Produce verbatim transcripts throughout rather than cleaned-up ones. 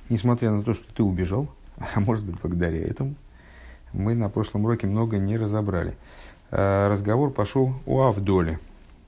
Несмотря на то, что ты убежал, а может быть благодаря этому, мы на прошлом уроке много не разобрали. Разговор пошел о Авдоле.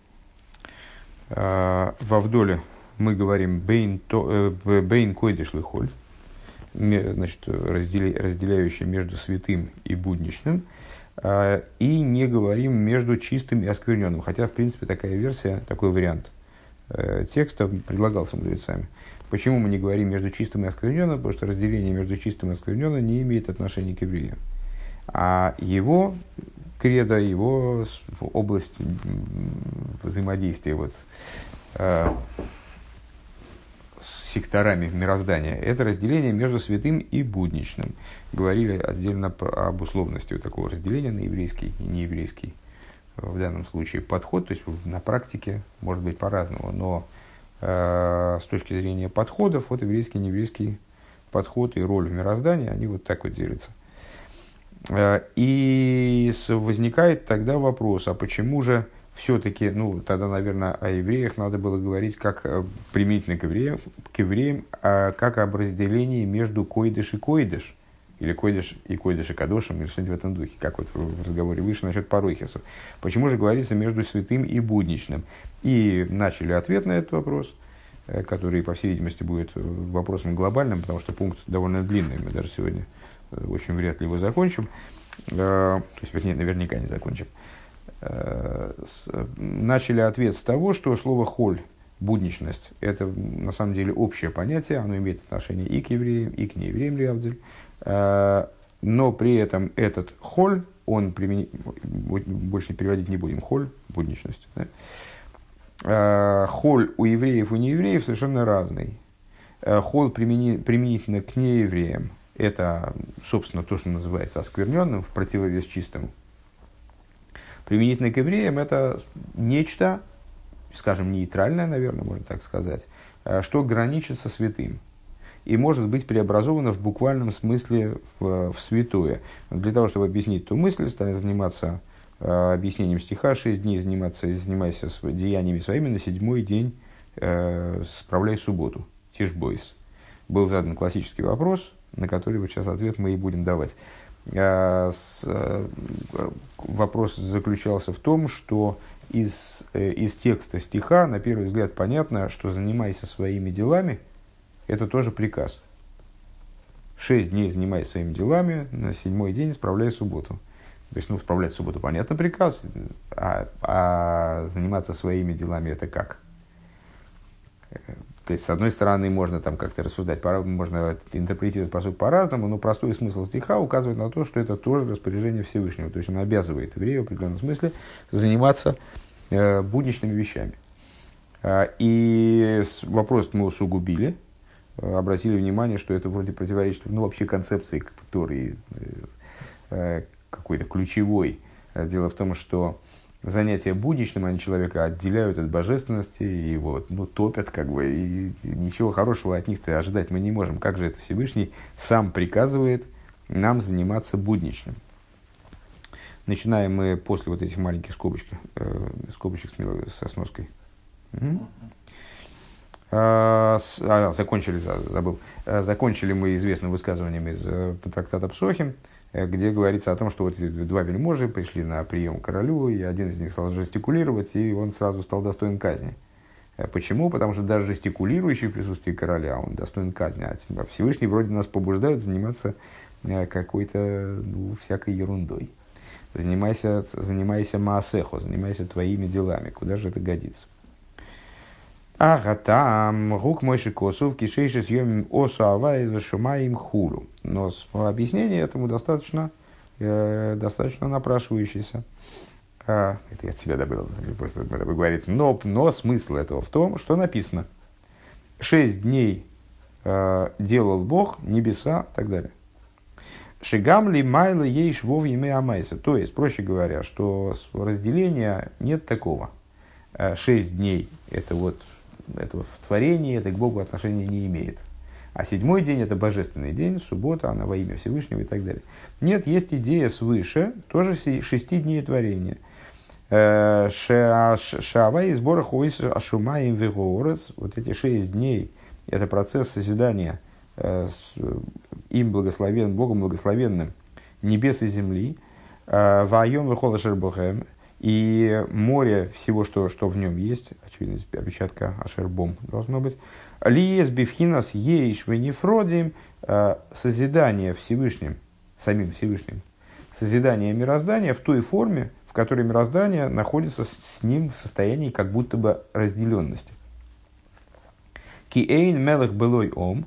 В Авдоле мы говорим «бейн койдеш лихоль», значит, разделяющий между святым и будничным, и не говорим между чистым и оскверненным. Хотя, в принципе, такая версия, такой вариант текста предлагался мудрецами. Почему мы не говорим между чистым и оскверненным? Потому что разделение между чистым и оскверненным не имеет отношения к евреям. А его кредо, его область взаимодействия вот, э, с секторами мироздания, это разделение между святым и будничным. Говорили отдельно об условности вот такого разделения на еврейский и нееврейский в данном случае подход. То есть на практике может быть по-разному, но э, с точки зрения подходов, вот еврейский и нееврейский подход и роль в мироздании, они вот так вот делятся. И возникает тогда вопрос, а почему же все-таки, ну, тогда, наверное, о евреях надо было говорить как применительно к евреям, к евреям а как об разделении между койдеш и койдеш, или койдеш и койдеш и кадошем, или что-нибудь в этом духе, как вот в разговоре выше насчет парохисов. Почему же говорится между святым и будничным? И начали ответ на этот вопрос, который, по всей видимости, будет вопросом глобальным, потому что пункт довольно длинный, мы даже сегодня очень вряд ли его закончим, то есть, вернее, наверняка не закончим. Начали ответ с того, что слово «холь», будничность, это на самом деле общее понятие, оно имеет отношение и к евреям, и к неевреям, лиавдиль, но при этом этот «холь», он применить, больше переводить не будем, «холь», будничность, да? «Холь» у евреев и у неевреев совершенно разный. «Холь» применительно к неевреям. Это, собственно, то, что называется оскверненным, в противовес чистому. Применительно к евреям это нечто, скажем, нейтральное, наверное, можно так сказать, что граничит со святым и может быть преобразовано в буквальном смысле в, в святое. Для того, чтобы объяснить ту мысль, станет заниматься э, объяснением стиха, шесть дней заниматься, занимайся деяниями своими, на седьмой день э, справляй субботу, тишбойс. Был задан классический вопрос, на который вот сейчас ответ мы и будем давать. Вопрос заключался в том, что из, из текста стиха, на первый взгляд, понятно, что «занимайся своими делами» – это тоже приказ. Шесть дней занимайся своими делами, на седьмой день справляй субботу. То есть, ну, справлять субботу, понятно, приказ, а, а заниматься своими делами – это как? То есть, с одной стороны, можно там как-то рассуждать, можно интерпретировать по сути по-разному, но простой смысл стиха указывает на то, что это тоже распоряжение Всевышнего. То есть, он обязывает еврея в определенном смысле заниматься э, будничными вещами. А, и вопрос мы усугубили, обратили внимание, что это вроде противоречит, ну, вообще концепции Торы, э, какой-то ключевой. Дело в том, что занятия будничным, они человека отделяют от божественности, и его, ну, топят, как бы, и ничего хорошего от них-то ожидать мы не можем. Как же это Всевышний сам приказывает нам заниматься будничным? Начинаем мы после вот этих маленьких скобочек, э, скобочек с, милой, со сноской. Угу. А, с, а, закончили, забыл, а, закончили мы известным высказыванием из э, трактата Псохим, где говорится о том, что вот два вельможи пришли на прием к королю, и один из них стал жестикулировать, и он сразу стал достоин казни. Почему? Потому что даже жестикулирующий в присутствии короля, он достоин казни. А Всевышний вроде нас побуждают заниматься какой-то, ну, всякой ерундой. Занимайся, занимайся маасехо, занимайся твоими делами. Куда же это годится? Ага, там, рук мойши косов, кишейши съемим осу авай зашумаем хулу. Но объяснение этому достаточно, э, достаточно напрашивающееся. А, это я от себя добавил, просто говорить. Но, но смысл этого в том, что написано. Шесть дней э, делал Бог, небеса и так далее. Шигам ли майла ей швов еме амайса. То есть, проще говоря, что разделения нет такого. Шесть дней это вот этого в творении, это к Богу отношения не имеет. А седьмой день – это божественный день, суббота, она во имя Всевышнего и так далее. Нет, есть идея свыше, тоже шести дней творения. Шаава и сбора хойс ашумаем вегоорец. Вот эти шесть дней – это процесс созидания им благословен, Богом благословенным небес и земли, вайом вехола шербохем, и море всего, что, что в нем есть, очевидно, опечатка ашербом должно быть, лиес бифхинас еиш венифродим, созидание Всевышним, самим Всевышним, созидание мироздания в той форме, в которой мироздание находится с ним в состоянии как будто бы разделенности. Киэйн мелых былой ом,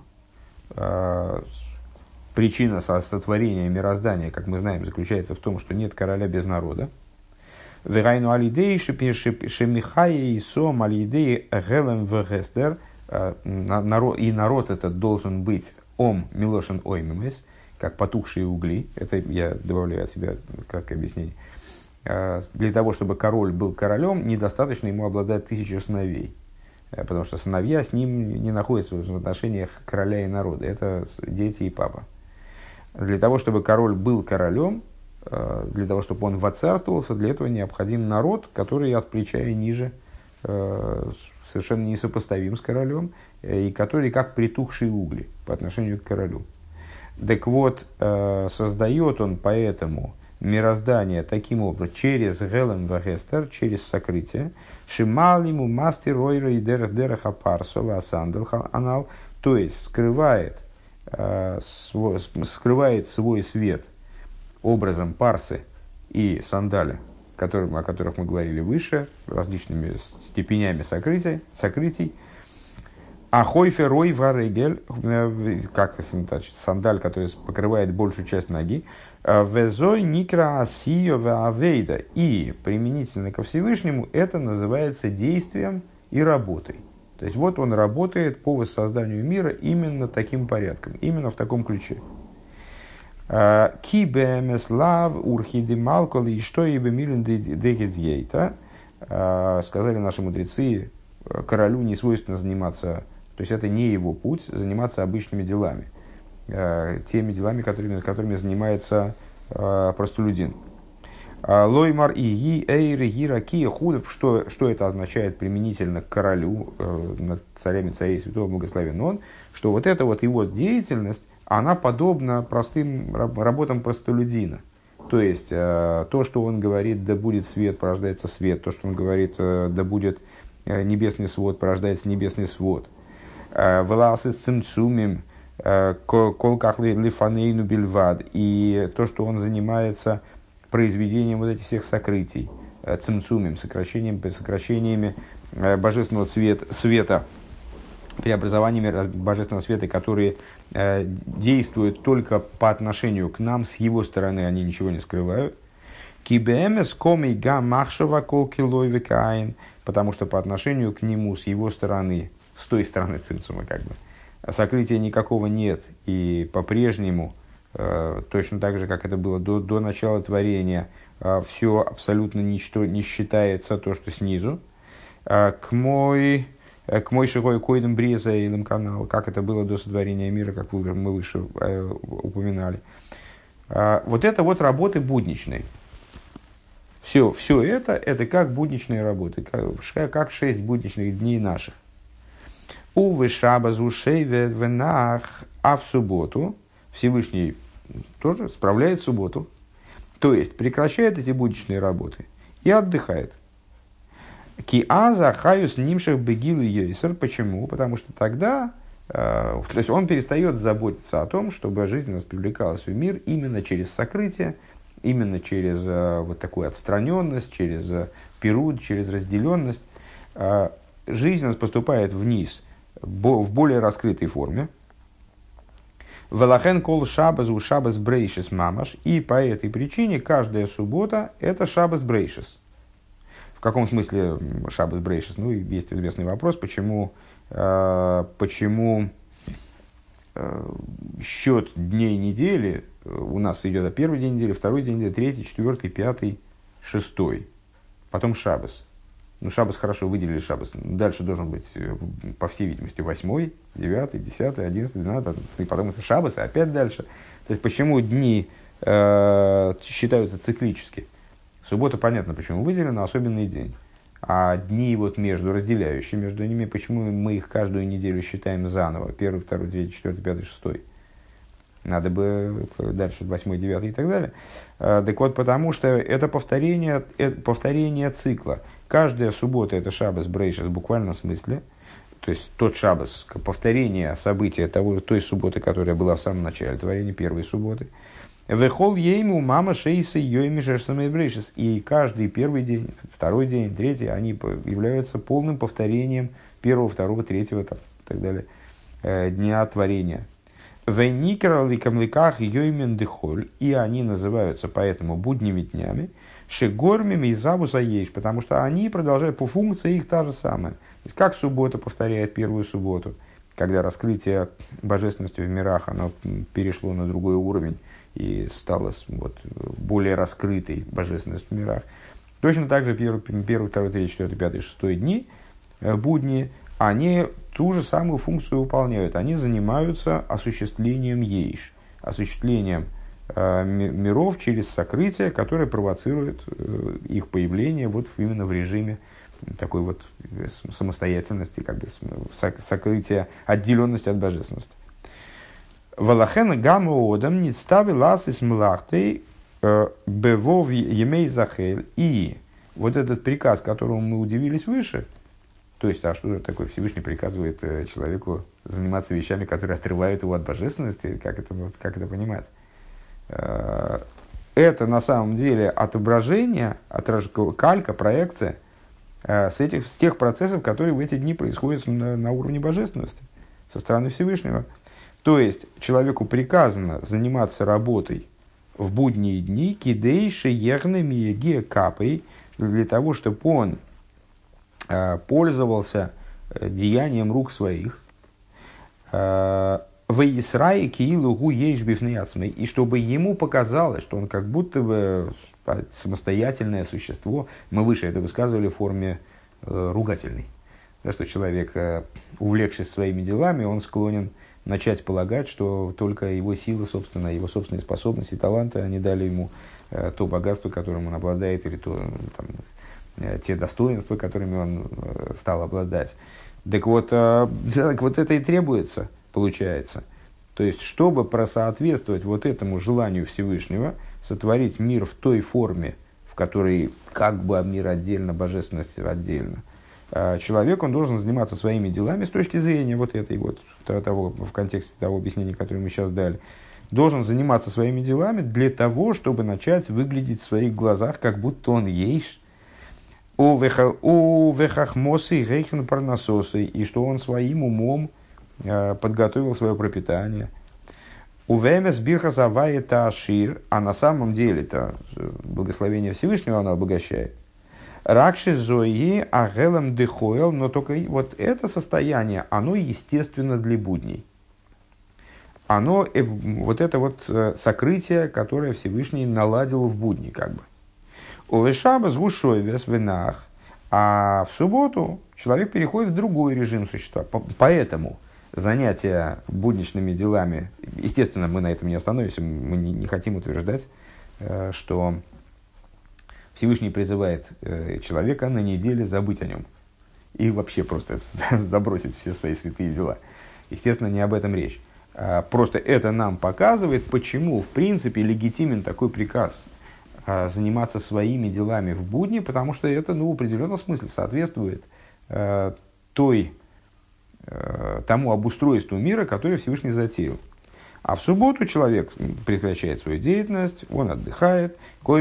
причина сотворения мироздания, как мы знаем, заключается в том, что нет короля без народа. Верайну алидей шемихае и сом алидей гелем вегестер, и народ этот должен быть ом милошен оймемес, как потухшие угли. Это я добавляю от себя краткое объяснение. Для того, чтобы король был королем, недостаточно ему обладать тысячу сыновей. Потому что сыновья с ним не находятся в отношениях короля и народа. Это дети и папа. Для того, чтобы король был королем, для того, чтобы он воцарствовался, для этого необходим народ, который от плеча и ниже совершенно несопоставим с королем, и который как притухшие угли по отношению к королю. Так вот, создает он поэтому мироздание таким образом, через гелем вагестер, через сокрытие, шималиму мастер ройра и дерех дерех апарсова асандал анал, то есть скрывает, свой, скрывает свой свет образом парсы и сандаля, которым, о которых мы говорили выше, различными степенями сокрытия, сокрытий. А хойфе рой варегель, как значит, сандаль, который покрывает большую часть ноги, везой никра асио ваавейда, и применительно ко Всевышнему это называется действием и работой. То есть вот он работает по воссозданию мира именно таким порядком, именно в таком ключе. Ки бэмэслав урхиди малколи, что и бэмилин дегедьейта, сказали наши мудрецы, королю не свойственно заниматься, то есть это не его путь, заниматься обычными делами, теми делами, которыми, которыми занимается простолюдин. Лоймар и ги эйры гираки худов, что, что это означает применительно к королю, над царями царей святого благословен он, что вот эта вот его деятельность, она подобна простым работам простолюдина. То есть, э, то, что он говорит, да будет свет, порождается свет. То, что он говорит, э, да будет небесный свод, порождается небесный свод. Веласы цимцумим, колках лифанейну бильвад. И то, что он занимается произведением вот этих всех сокрытий, цимцумим, сокращением, сокращениями божественного цвет, света, преобразованиями божественного света, которые э, действуют только по отношению к нам, с его стороны они ничего не скрывают. Кибемес комей га махшава колкилой векаин, потому что по отношению к нему, с его стороны, с той стороны цимцума, как бы, сокрытия никакого нет, и по-прежнему, э, точно так же, как это было до, до начала творения, э, все абсолютно ничто не считается то, что снизу. Э, к мой... К мой шигой койдам бреза и канал, как это было до сотворения мира, как мы выше э, упоминали. А, вот это вот работы будничные. Все, все это, это как будничные работы, как, как шесть будничных дней наших. Увы шабаз ушей венах, а в субботу Всевышний тоже справляет субботу. То есть прекращает эти будничные работы и отдыхает. Киаза хаюс нимших бегилу йойсер. Почему? Потому что тогда э, то есть он перестает заботиться о том, чтобы жизнь нас привлекалась в мир именно через сокрытие, именно через э, вот такую отстраненность, через э, пирут, через разделенность. Э, жизнь нас поступает вниз бо, в более раскрытой форме. Велахен кол шабас у шабас брейшис мамаш. И по этой причине каждая суббота это шабас брейшис. В каком смысле шаббас брейшис? Ну, есть известный вопрос, почему, э, почему э, счет дней недели у нас идет от первый день недели, второй день недели, третий, четвертый, пятый, шестой. Потом шаббас. Ну, шаббас хорошо, выделили шаббас. Дальше должен быть, по всей видимости, восьмой, девятый, десятый, одиннадцатый, двенадцатый, и потом это шаббас, и опять дальше. То есть, почему дни э, считаются циклически? Суббота, понятно, почему выделена, особенный день. А дни вот между, разделяющие между ними, почему мы их каждую неделю считаем заново? Первый, второй, третий, четвертый, пятый, шестой. Надо бы дальше восьмой, девятый и так далее. Так вот, потому что это повторение, это повторение цикла. Каждая суббота – это шаббос брейшес в буквальном смысле. То есть тот шаббос, повторение события того, той субботы, которая была в самом начале творения, первой субботы. Вехол ейму мама шейсы йойми шерсамей брейшес. И каждый первый день, второй день, третий, они являются полным повторением первого, второго, третьего там, и так далее, дня творения. Вейникер ликамликах йоймен дехоль. И они называются поэтому будними днями. Шегормим и забуса ейш, потому что они продолжают, по функции их та же самая. То есть, как суббота повторяет первую субботу, когда раскрытие божественности в мирах, оно перешло на другой уровень и стало вот, более раскрытой божественность в мирах. Точно так же первый, первый, второй, третий, четвертый, пятый, шестой дни, будни, они ту же самую функцию выполняют. Они занимаются осуществлением ейш, осуществлением миров через сокрытие, которое провоцирует их появление вот именно в режиме такой вот самостоятельности, как бы сокрытия, отделенности от божественности. Валахен гамма одам не ставил ласис млахтой бевов емей захель. И вот этот приказ, которому мы удивились выше, то есть, а что такое Всевышний приказывает человеку заниматься вещами, которые отрывают его от божественности, как это, как это понимать? Это на самом деле отображение, отраж... калька, проекция с, этих, с тех процессов, которые в эти дни происходят на, на уровне божественности, со стороны Всевышнего. То есть, человеку приказано заниматься работой в будние дни, кидейши егнами еге капой, для того, чтобы он э, пользовался деянием рук своих, э, в Исраи киилу гу ейш бифней ацмей, и чтобы ему показалось, что он как будто бы самостоятельное существо. Мы выше это высказывали в форме э, ругательной. Да, что человек, э, увлекшись своими делами, он склонен начать полагать, что только его сила, собственно, его собственные способности, таланты, они дали ему э, то богатство, которым он обладает, или то, там, э, те достоинства, которыми он э, стал обладать. Так вот, э, так вот это и требуется, получается. То есть, чтобы просоответствовать вот этому желанию Всевышнего, сотворить мир в той форме, в которой как бы мир отдельно, божественность отдельно, человек, он должен заниматься своими делами с точки зрения вот этой вот, того, в контексте того объяснения, которое мы сейчас дали, должен заниматься своими делами для того, чтобы начать выглядеть в своих глазах, как будто он есть, у вехахмосы гейхен парнасосы, и что он своим умом подготовил свое пропитание. У вемес бирха завая таашир, а на самом деле это благословение Всевышнего оно обогащает. Ракши зои агелам дехоэл, но только вот это состояние, оно естественно для будней. Оно, вот это вот сокрытие, которое Всевышний наладил в будни, как бы. У вешаба сгушой вес винах, а в субботу человек переходит в другой режим существа. Поэтому занятия будничными делами, естественно, мы на этом не остановимся, мы не, не хотим утверждать, что Всевышний призывает человека на неделе забыть о нем и вообще просто забросить все свои святые дела. Естественно, не об этом речь. Просто это нам показывает, почему, в принципе, легитимен такой приказ заниматься своими делами в будни, потому что это, ну, в определенном смысле соответствует той, тому обустройству мира, которое Всевышний затеял. А в субботу человек прекращает свою деятельность, он отдыхает,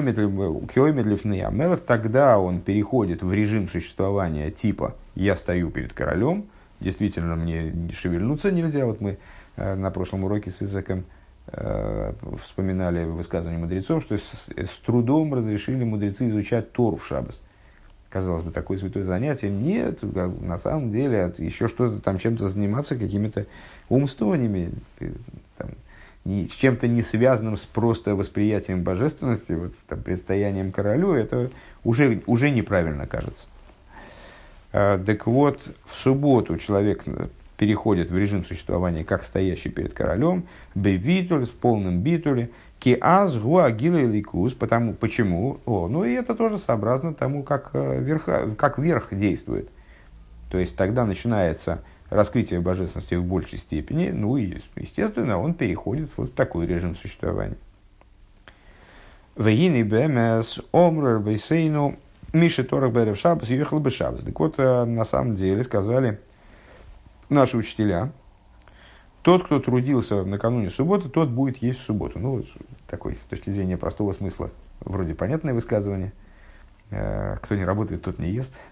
тогда он переходит в режим существования типа «я стою перед королем», действительно мне шевельнуться нельзя. Вот мы на прошлом уроке с Изаком вспоминали высказывание мудрецов, что с, с трудом разрешили мудрецы изучать Тору в шаббос. Казалось бы, такое святое занятие. Нет, на самом деле, еще что-то там, чем-то заниматься, какими-то умствованиями, там, не, чем-то не связанным с просто восприятием божественности, вот, там, предстоянием королю, это уже, уже неправильно кажется. А, так вот, в субботу человек переходит в режим существования как стоящий перед королем, бевитуль, в полном битуле, Киаз гуагила и ликус, потому почему? О, ну и это тоже сообразно тому, как, верха, как верх действует. То есть тогда начинается раскрытие божественности в большей степени, ну и, естественно, он переходит вот в такой режим существования. Вегины бэмэс омрэр бэйсейну миши торах бэрев шабас юхал бы шабас. Так вот, на самом деле, сказали наши учителя, тот, кто трудился накануне субботы, тот будет есть в субботу. Ну, такой, с точки зрения простого смысла, вроде понятное высказывание. Кто не работает, тот не ест.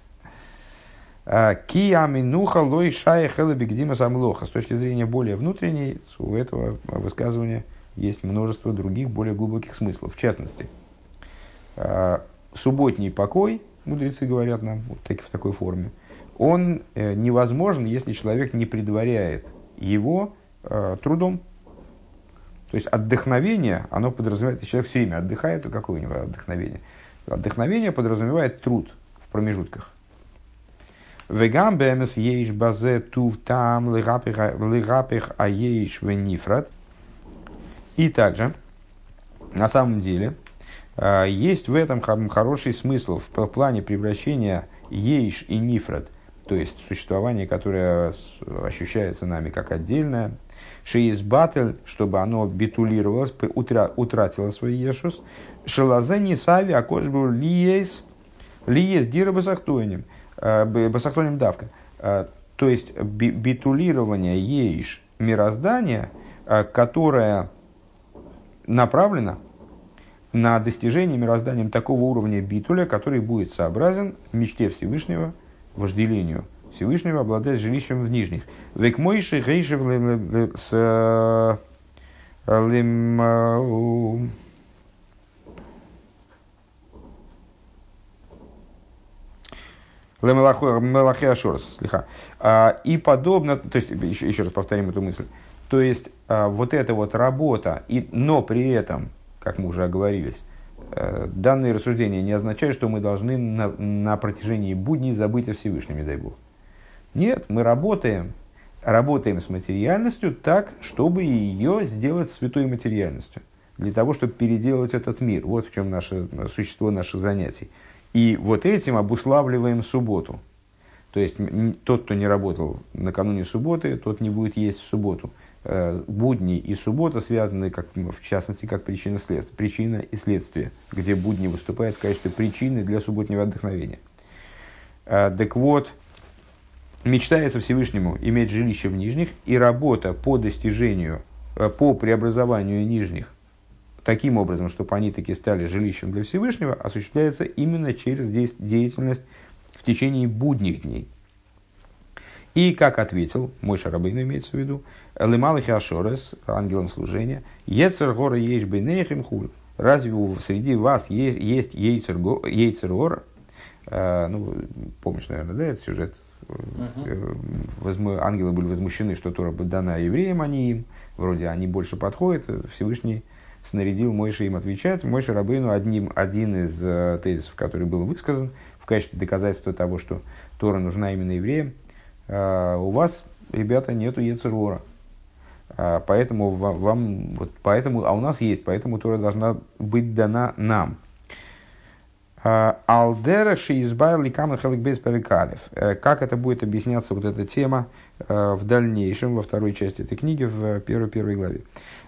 Киаминуха лой шая хэла бигдима самлоха. С точки зрения более внутренней, у этого высказывания есть множество других, более глубоких смыслов. В частности, субботний покой, мудрецы говорят нам вот так, в такой форме, он невозможен, если человек не предваряет его э, трудом. То есть отдохновение, оно подразумевает, если человек все время отдыхает, то какое у него отдохновение? Отдохновение подразумевает труд в промежутках. Вегам бэмэс ейш базе тув там лигапех а ейш венифрат. И также, на самом деле, э, есть в этом хороший смысл в плане превращения ейш и нифрат, то есть существование, которое ощущается нами как отдельное, шеизбатель, чтобы оно битулировалось, утра, утратило свой ешус, шелазе нисави акошбу лиес, лиес дира басахтоним, басахтоним давка. То есть битулирование ейш мироздания, которое направлено на достижение мирозданием такого уровня битуля, который будет сообразен мечте Всевышнего, вожделению Всевышнего, обладает жилищем в нижних. Век мойши гейшев с лим лемалахе ашорс, слиха. И подобно, то есть, еще, еще раз повторим эту мысль, то есть, вот эта вот работа, и, но при этом, как мы уже оговорились, данные рассуждения не означают, что мы должны на, на протяжении будней забыть о Всевышнем, не дай Бог. Нет, мы работаем, работаем с материальностью так, чтобы ее сделать святой материальностью. Для того, чтобы переделать этот мир. Вот в чем наше существо наших занятий. И вот этим обуславливаем субботу. То есть тот, кто не работал накануне субботы, тот не будет есть в субботу. Будни и суббота связаны, как, в частности, как причина, след... причина и следствие, где будни выступают в качестве причины для субботнего отдохновения. Так вот, мечтается Всевышнему иметь жилище в нижних, и работа по достижению, по преобразованию нижних таким образом, чтобы они таки стали жилищем для Всевышнего, осуществляется именно через деятельность в течение будних дней. И, как ответил Моше Рабейну, имеется в виду, «Лемалахи ашорес», ангелом служения, «Ецер гора ейш бейнейхем хуль». Разве среди вас есть, есть ейцер гора? А, ну, помнишь, наверное, да, этот сюжет? Uh-huh. Возму... Ангелы были возмущены, что Тора дана евреям, а не им. Вроде они больше подходят. Всевышний снарядил Моше им отвечать. Моше Рабейну одним, один из uh, тезисов, который был высказан в качестве доказательства того, что Тора нужна именно евреям. Uh, у вас, ребята, нету ейцер гора. Uh, поэтому вам, вам вот, поэтому, а у нас есть, поэтому Тора должна быть дана нам. Алдера шиизбайр ликам хелик бейс перекалев. Как это будет объясняться, вот эта тема, в дальнейшем, во второй части этой книги, в первой, первой главе.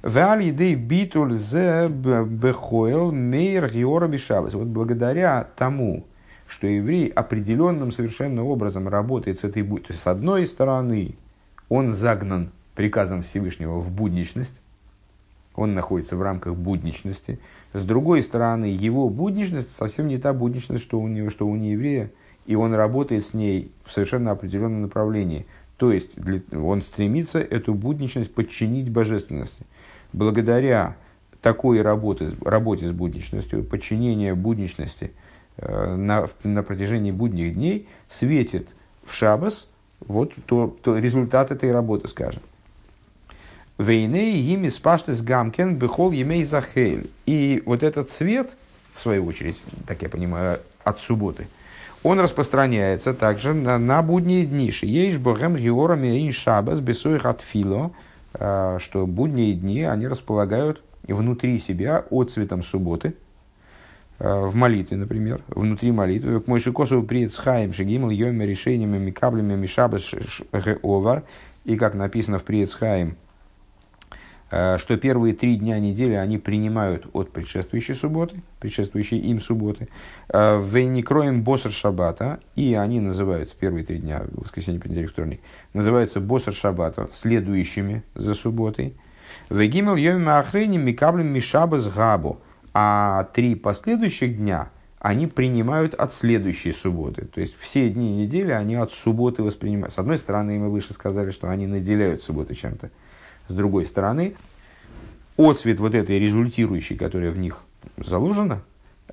Вот благодаря тому, что еврей определенным совершенно образом работает с этой будней. То есть, с одной стороны, он загнан приказом Всевышнего в будничность, он находится в рамках будничности. С другой стороны, его будничность совсем не та будничность, что у него, что у нееврея, и он работает с ней в совершенно определенном направлении. То есть, для, он стремится эту будничность подчинить божественности. Благодаря такой работе, работе с будничностью, подчинение будничности э, на, на протяжении будних дней светит в шаббас вот то, то результат этой работы, скажем. Вейней ими спаштес гамкен бехол емей захейль. И вот этот свет, в свою очередь, так я понимаю, от субботы, он распространяется также на, на будние дни. Шиеш богем георами ин шабас бесоих от фило, что будние дни, они располагают внутри себя отцветом субботы, в молитве, например, внутри молитвы, к Мойши Косову приет с Хаим Шегимл, Йоми, решениями, Микаблями, Мишабас, Геовар, и как написано в Приет с Хаим, что первые три дня недели они принимают от предшествующей субботы, предшествующей им субботы, вейникроем босар шаббата, и они называются, первые три дня, воскресенье, понедельник, вторник, называются босар шаббата, следующими за субботой, вегимел йоми ахрейни микаблем мишабас габо, а три последующих дня они принимают от следующей субботы. То есть все дни недели они от субботы воспринимают. С одной стороны, мы выше сказали, что они наделяют субботу чем-то. С другой стороны, отцвет вот этой результирующей, которая в них заложена,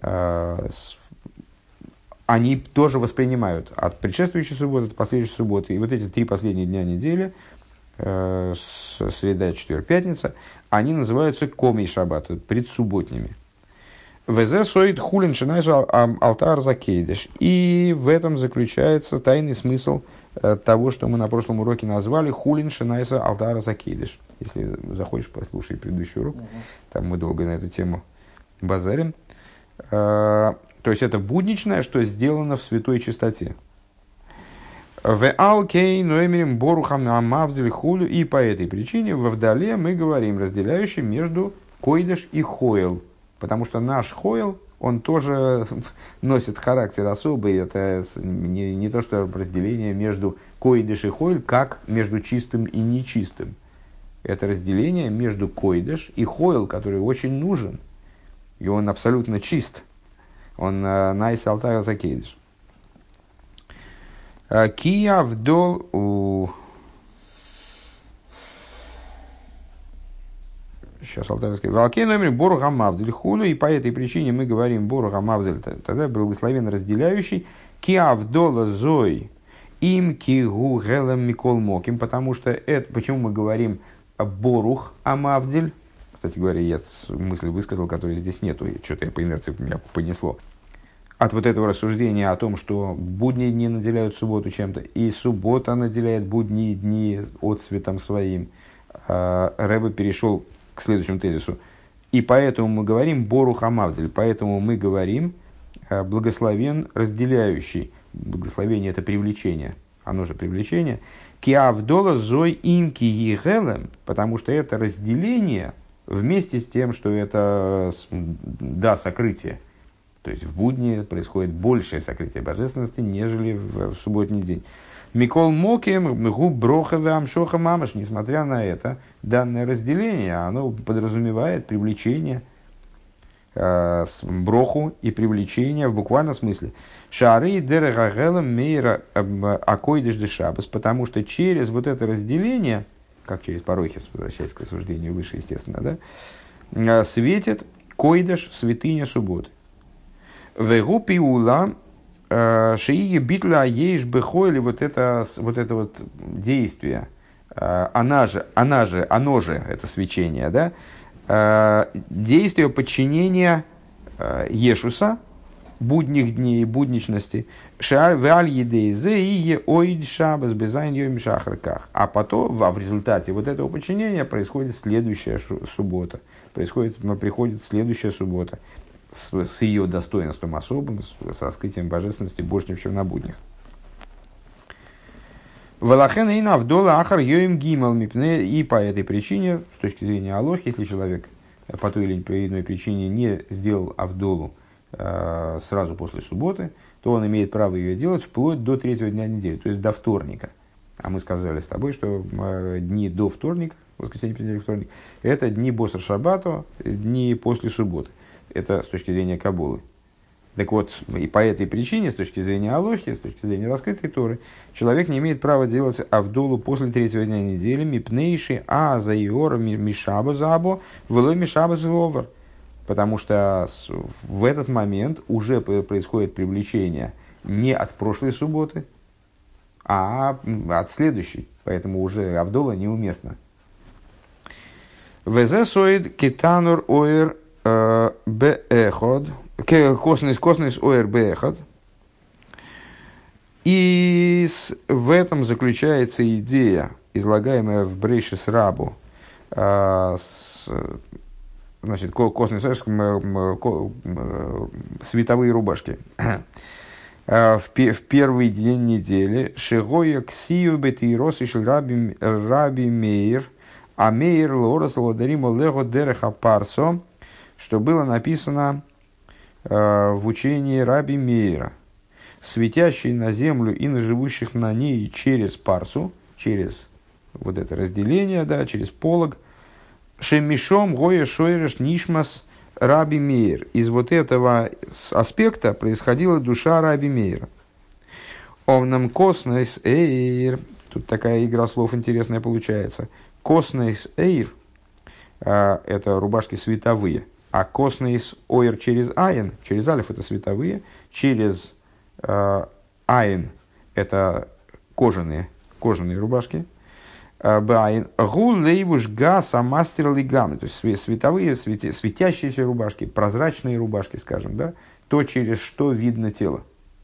они тоже воспринимают от предшествующей субботы, от последующей субботы. И вот эти три последние дня недели, среда, четверг, пятница, они называются комей шаббат, предсубботними. Везе соид хулин шинайзу алтар закейдеш. И в этом заключается тайный смысл того, что мы на прошлом уроке назвали хулин шинайзу алтар закейдеш. Если захочешь, послушай предыдущий урок. Uh-huh. Там мы долго на эту тему базарим. То есть это будничное, что сделано в святой чистоте. В алкей ноэмерим борухам амавдзель хулю. И по этой причине во вдале мы говорим, разделяющий между койдеш и хоэл. Потому что наш хоэл, он тоже носит характер особый. Это не, не то, что разделение между койдеш и хоэл, как между чистым и нечистым. Это разделение между койдеш и хоэл, который очень нужен. И он абсолютно чист. Он найс алтар закейдеш. Кия вдол у... Сейчас алтарь скажет. Валкей номер Бору Гамавдель хулю. И по этой причине мы говорим Бору Гамавдель. Тогда благословен разделяющий. Кия вдола зой им кигу гелем микол моким. Потому что это... Почему мы говорим Борух Амавдель? Кстати говоря, я мысль высказал, которой здесь нету. Что-то я по инерции меня понесло. От вот этого рассуждения о том, что будние дни наделяют субботу чем-то, и суббота наделяет будние дни отцветом своим, Рэбе перешел к следующему тезису. И поэтому мы говорим Борух Амавдель, поэтому мы говорим благословен разделяющий. Благословение – это привлечение, оно же привлечение. Киавдола зой инки егелем, потому что это разделение вместе с тем, что это, да, сокрытие. То есть в будни происходит большее сокрытие божественности, нежели в, в субботний день. Микол мокем губ брохове амшоха мамаш. Несмотря на это, данное разделение, оно подразумевает привлечение, э, броху и привлечение в буквальном смысле. Шары дерегагелем мейра акойдеш де шабас. Потому что через вот это разделение, как через парохис, возвращаясь к осуждению выше, естественно, да, светит койдеш, святыня субботы. Вегу пиула шииги битла ейш бехойли, вот это вот это вот действие, она же, она же, оно же, это свечение, да, действие подчинения Ешуса, будних дней, будничности, шааль едейзе и оид шабас безайн йом шахарках. А потом, в результате вот этого подчинения происходит следующая суббота, происходит, приходит следующая суббота. С, с ее достоинством особым, с, с раскрытием божественности больше, чем на буднях. И по этой причине, с точки зрения Алохи, если человек по той или иной причине не сделал авдолу э, сразу после субботы, то он имеет право ее делать вплоть до третьего дня недели, то есть до вторника. А мы сказали с тобой, что э, дни до вторника, воскресенье, понедельник, вторник, это дни босар шаббату, дни после субботы. Это с точки зрения Кабулы. Так вот, и по этой причине, с точки зрения Алохи, с точки зрения раскрытой Торы, человек не имеет права делать авдолу после третьего дня недели, мипнейши а за иора мишаба забо, велой мишаба зовар. Потому что в этот момент уже происходит привлечение не от прошлой субботы, а от следующей. Поэтому уже авдола неуместна. Везесоид китанур оэр беэход, коснес коснес оэр беэход. И в этом заключается идея, излагаемая в Брейшис Рабу, с значит, костный соер, световые рубашки. В, в первый день недели Шигоя Ксию Бетирос ишел Раби, Раби Мейр, а Мейр Лорас Ладарима Лего Дереха Парсо, что было написано э, в учении Раби Мейра, светящий на землю и на живущих на ней через Парсу, через вот это разделение, да, через полог, Шемишом Гоя Шойреш Нишмас Раби Мейр. Из вот этого аспекта происходила душа Раби Мейра. Овнам коснес эйр. Тут такая игра слов интересная получается. Коснес эйр – это рубашки световые. А коснес ойр через айн, через алиф – это световые. Через айн – это кожаные, кожаные рубашки. Гу лейвуш гаса мастер лигам, то есть световые, светящиеся рубашки, прозрачные рубашки, скажем, да, то, через что видно тело.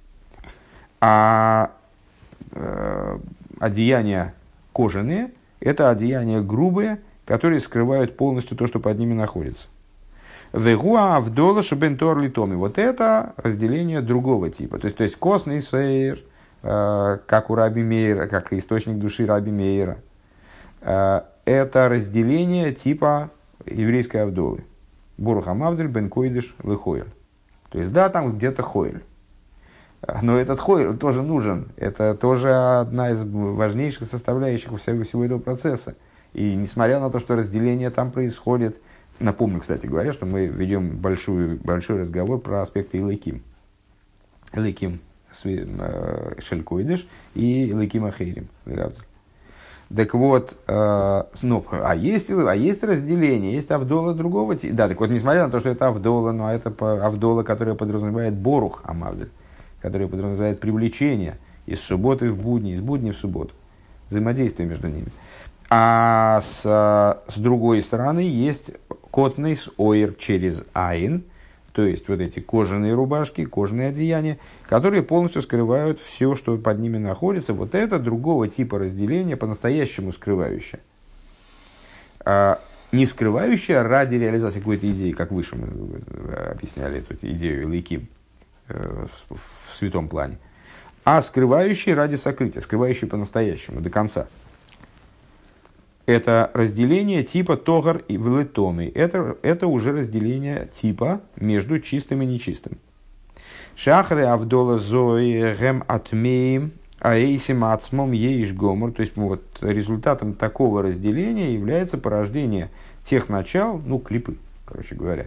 А э, одеяния кожаные – это одеяния грубые, которые скрывают полностью то, что под ними находится. Вегуа авдола шабентор литоми. Вот это разделение другого типа. То есть, то есть костный сейр, э, как у Раби Мейра, как источник души Раби Мейра. Это разделение типа еврейской авдолы. Борух амавдель бен койдыш лехоэль. То есть, да, там где-то хоэль. Но этот хоэль тоже нужен. Это тоже одна из важнейших составляющих всего, всего этого процесса. И несмотря на то, что разделение там происходит, напомню, кстати говоря, что мы ведем большой, большой разговор про аспекты Илайким. Илайким шелькойдыш и Илайким ахейрим. Так вот, э, ну, а, есть, а есть разделение, есть авдола другого типа. Да, так вот, несмотря на то, что это авдола, но это авдола, которая подразумевает борух амавзель, которая подразумевает привлечение из субботы в будни, из будни в субботу, взаимодействие между ними. А с, с другой стороны есть котный ойр через айн, то есть вот эти кожаные рубашки, кожаные одеяния, которые полностью скрывают все, что под ними находится. Вот это другого типа разделения, по-настоящему скрывающее. А не скрывающее ради реализации какой-то идеи, как выше мы объясняли эту идею Илайким в святом плане, а скрывающее ради сокрытия, скрывающее по-настоящему, до конца. Это разделение типа тогар и влетомы. Это, это уже разделение типа между чистым и нечистым. Шахры авдола зои гем атмеем аэйсим ацмом еиш гомор. То есть вот, результатом такого разделения является порождение тех начал, ну клипы, короче говоря,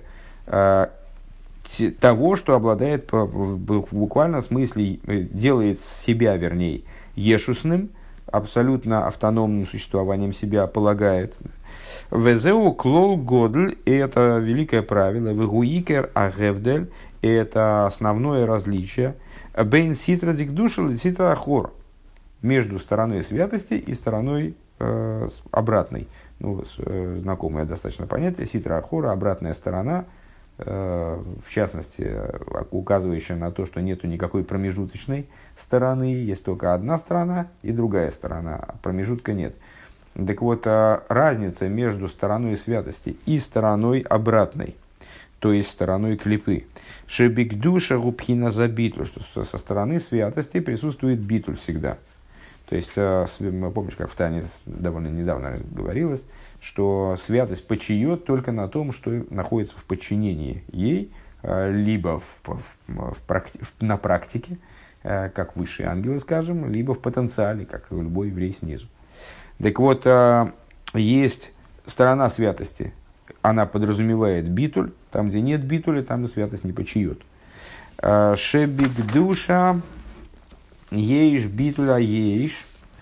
того, что обладает в буквальном смысле, делает себя, вернее, ешусным, абсолютно автономным существованием себя полагает. Везеу клол годль, и это великое правило. Вегуикер агевдель, и это основное различие. Бейн ситра дикдушел и ситра ахор, между стороной святости и стороной э, обратной. Ну, э, знакомое достаточно понятие. Ситра ахора, обратная сторона, э, в частности, указывающая на то, что нету никакой промежуточной стороны, есть только одна сторона и другая сторона, а промежутка нет. Так вот, разница между стороной святости и стороной обратной, то есть стороной клипы. Шебикдуша губхина за битуль, что со стороны святости присутствует битуль всегда. То есть, помнишь, как в Тане довольно недавно говорилось, что святость почиет только на том, что находится в подчинении ей, либо в, в, в, в, на практике, как высшие ангелы, скажем, либо в потенциале, как любой еврей снизу. Так вот, есть сторона святости, она подразумевает битуль, там, где нет битуля, там и святость не почиет. Шебик душа, еиш битуля еиш,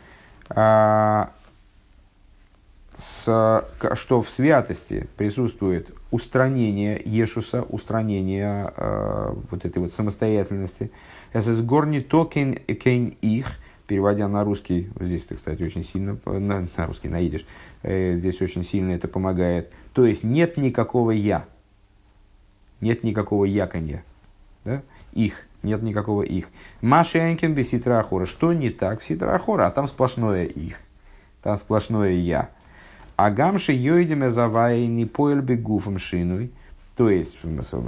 что в святости присутствует устранение ешуса, устранение вот этой вот самостоятельности. Es ist gar nicht то kein ich, переводя на русский, здесь это, кстати, очень сильно, на, на русский, на идиш, э, здесь очень сильно это помогает. То есть нет никакого я, нет никакого яконья, да? Их, нет никакого их. Машенькин без ситра ахора. Что не так в ситра ахора? А там сплошное их, там сплошное я. Агамши йойдеме завай не поэль бегуфом шинуй. То есть,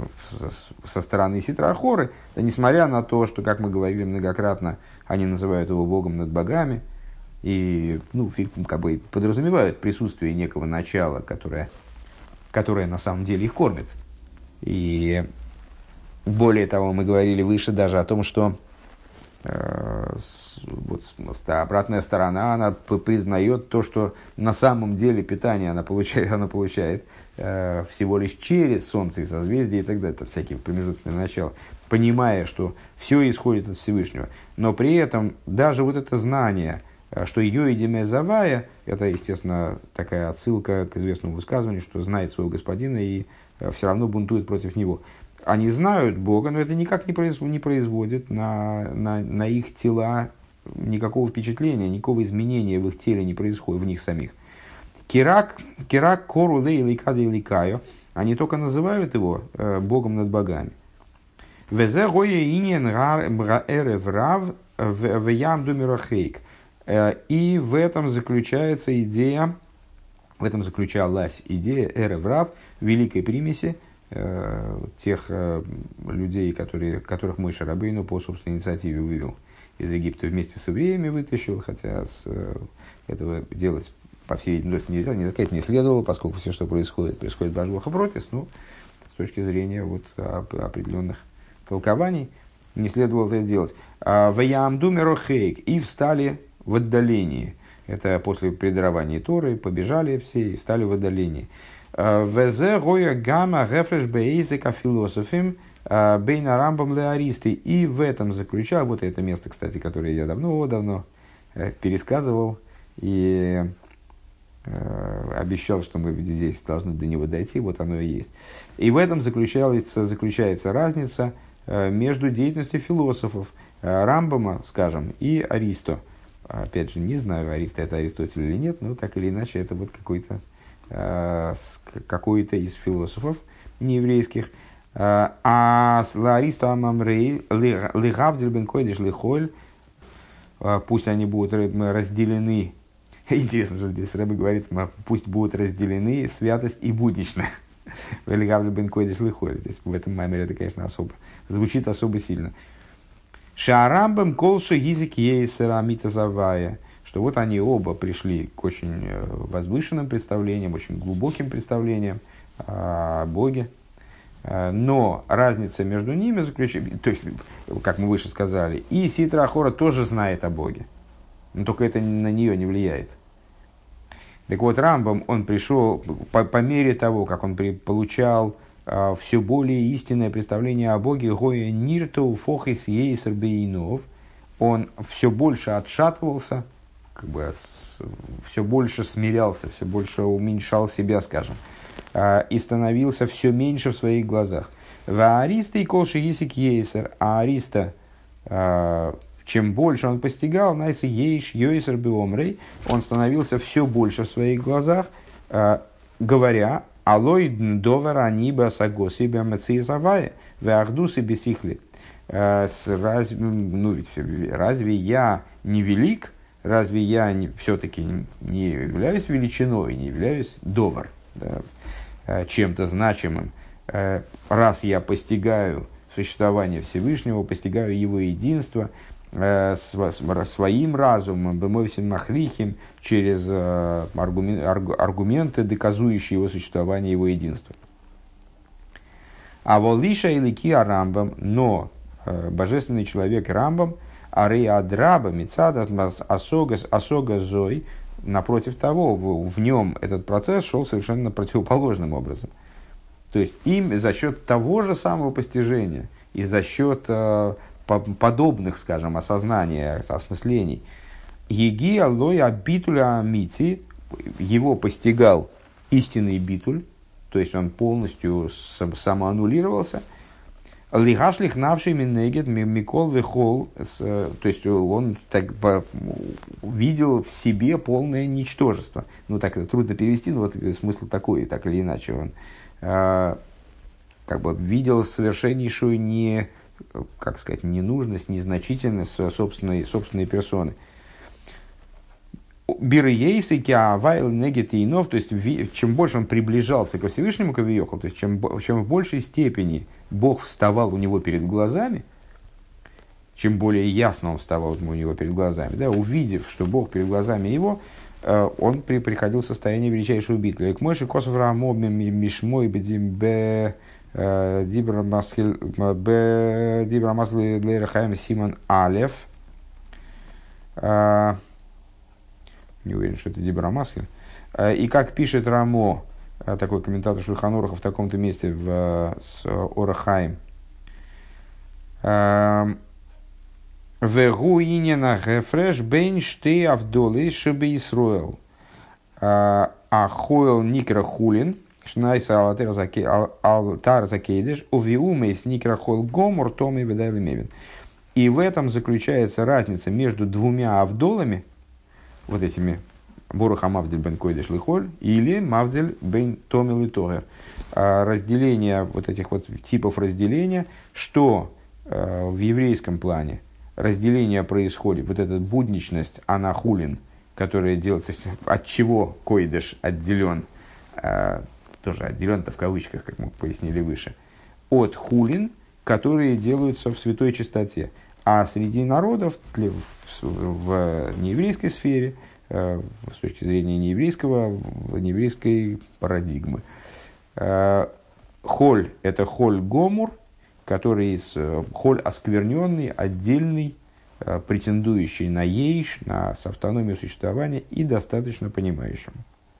со стороны Ситра Ахоры, да, несмотря на то, что, как мы говорили многократно, они называют его Богом над богами, и ну, как бы подразумевают присутствие некого начала, которое, которое на самом деле их кормит. И более того, мы говорили выше даже о том, что э, с, вот, обратная сторона, она признает то, что на самом деле питание она получает, она получает э, всего лишь через Солнце и созвездия и так далее, это всякие промежуточные начала, понимая, что все исходит от Всевышнего. Но при этом даже вот это знание, что Йоидиме Завая, это, естественно, такая отсылка к известному высказыванию, что знает своего господина и все равно бунтует против него. Они знают Бога, но это никак не производит, не производит на, на, на их тела никакого впечатления, никакого изменения в их теле не происходит, в них самих. Кирак, кирак кору лей ликада и ликаю, они только называют его э, Богом над богами. Везе гоя иньен эрев рав веям думирахейк. И в этом заключается идея, в этом заключалась идея эрев рав, великой примеси, тех людей, которые, которых Моше Рабейну по собственной инициативе вывел из Египта, вместе с евреями вытащил, хотя с, этого делать, по всей видимости, нельзя, не сказать, не следовало, поскольку все, что происходит, происходит башбуха протис, но с точки зрения вот, определенных толкований не следовало это делать. «Ваямду мерохейк» и встали в отдалении. Это после предарования Торы, побежали все и встали в отдалении. «Везе гоя гамма рефреш бейзека философим бейна рамбам леаристы». И в этом заключал, вот это место, кстати, которое я давно-давно пересказывал и обещал, что мы здесь должны до него дойти, вот оно и есть. И в этом заключается, заключается разница между деятельностью философов Рамбама, скажем, и Аристо. Опять же, не знаю, Аристо это Аристотель или нет, но так или иначе это вот какой-то, какой-то из философов нееврейских. А с Аристо Амамрей Лигавдиль бен Койдиш Лихоль, пусть они будут разделены. Интересно, что здесь Рэбе говорит, пусть будут разделены святость и будничность. Здесь в этом маймере это, конечно, особо звучит особо сильно. Шаарамбам колши гизик ейсера митазавая, что вот они оба пришли к очень возвышенным представлениям, очень глубоким представлениям о Боге. Но разница между ними заключается, то есть, как мы выше сказали, и Ситра Ахора тоже знает о Боге, но только это на нее не влияет. Так вот, Рамбам, он пришел, по, по мере того, как он при, получал а, все более истинное представление о Боге, Гоя Ниртоу Фохис Ейсер Бейнов, он все больше отшатывался, как бы, с, все больше смирялся, все больше уменьшал себя, скажем, а, и становился все меньше в своих глазах. В Ариста и Колши Исик Ейсер, а Ариста, а, чем больше он постигал, найс ейш йойсер биомрей, он становился все больше в своих глазах, э, говоря, алой довер аниба сагоси бемациизавая, веахдуси бесихли. Разве, ну ведь, разве я не велик, разве я не, все-таки не являюсь величиной, не являюсь довер, да, чем-то значимым, раз я постигаю существование Всевышнего, постигаю его единство, своим разумом, бемовсим махрихим, через аргументы, доказующие его существование, его единство. А волиша или киа Рамбам, но божественный человек Рамбам, ари адраба мицада асога зой, напротив того, в, в нем этот процесс шел совершенно противоположным образом. То есть им за счет того же самого постижения и за счет подобных, скажем, осознания, осмыслений, еги алоя битуля мити, его постигал истинный битуль, то есть он полностью самоаннулировался, лигашлих навший минегет микол вехол, то есть он так, видел в себе полное ничтожество. Ну так это трудно перевести, но вот смысл такой, так или иначе он как бы видел совершеннейшую не как сказать, ненужность, незначительность собственной, собственной персоны. бирейсы киавайл негетинов, то есть чем больше он приближался ко Всевышнему, кавиохал, то есть чем, чем в большей степени Бог вставал у него перед глазами, чем более ясно он вставал у него перед глазами, да, увидев, что Бог перед глазами его, он при, приходил в состояние величайшего битвы. К мойши косов рамо мишмой бедим бе дибрамасль лейрахаем симон алев. Не уверен, что это дибрамасль. И как пишет Рамо, такой комментатор Шульхан Оруха в таком-то месте в, с Орахаим. Вегуинена гефреш бейн штей авдолы шебе Исруэл. Ахоэл никра хулин. Шнайса алтар закейдеш. Увиумейс никра хойл гомор томи ведайлы мевин. И в этом заключается разница между двумя авдолами, вот этими Боруха Мавдель бен Койдеш Лихоль или Мавдель бен Томил и Тогер. Разделение вот этих вот типов разделения, что в еврейском плане разделение происходит, вот эта будничность, она хулин, которая делает, то есть от чего Койдеш отделен, тоже отделен-то в кавычках, как мы пояснили выше, от хулин, которые делаются в святой чистоте. А среди народов, в, в нееврейской сфере, с точки зрения нееврейского, нееврейской парадигмы, холь – это холь гомур, который холь оскверненный, отдельный, претендующий на ейш, на автономию существования и достаточно понимающему.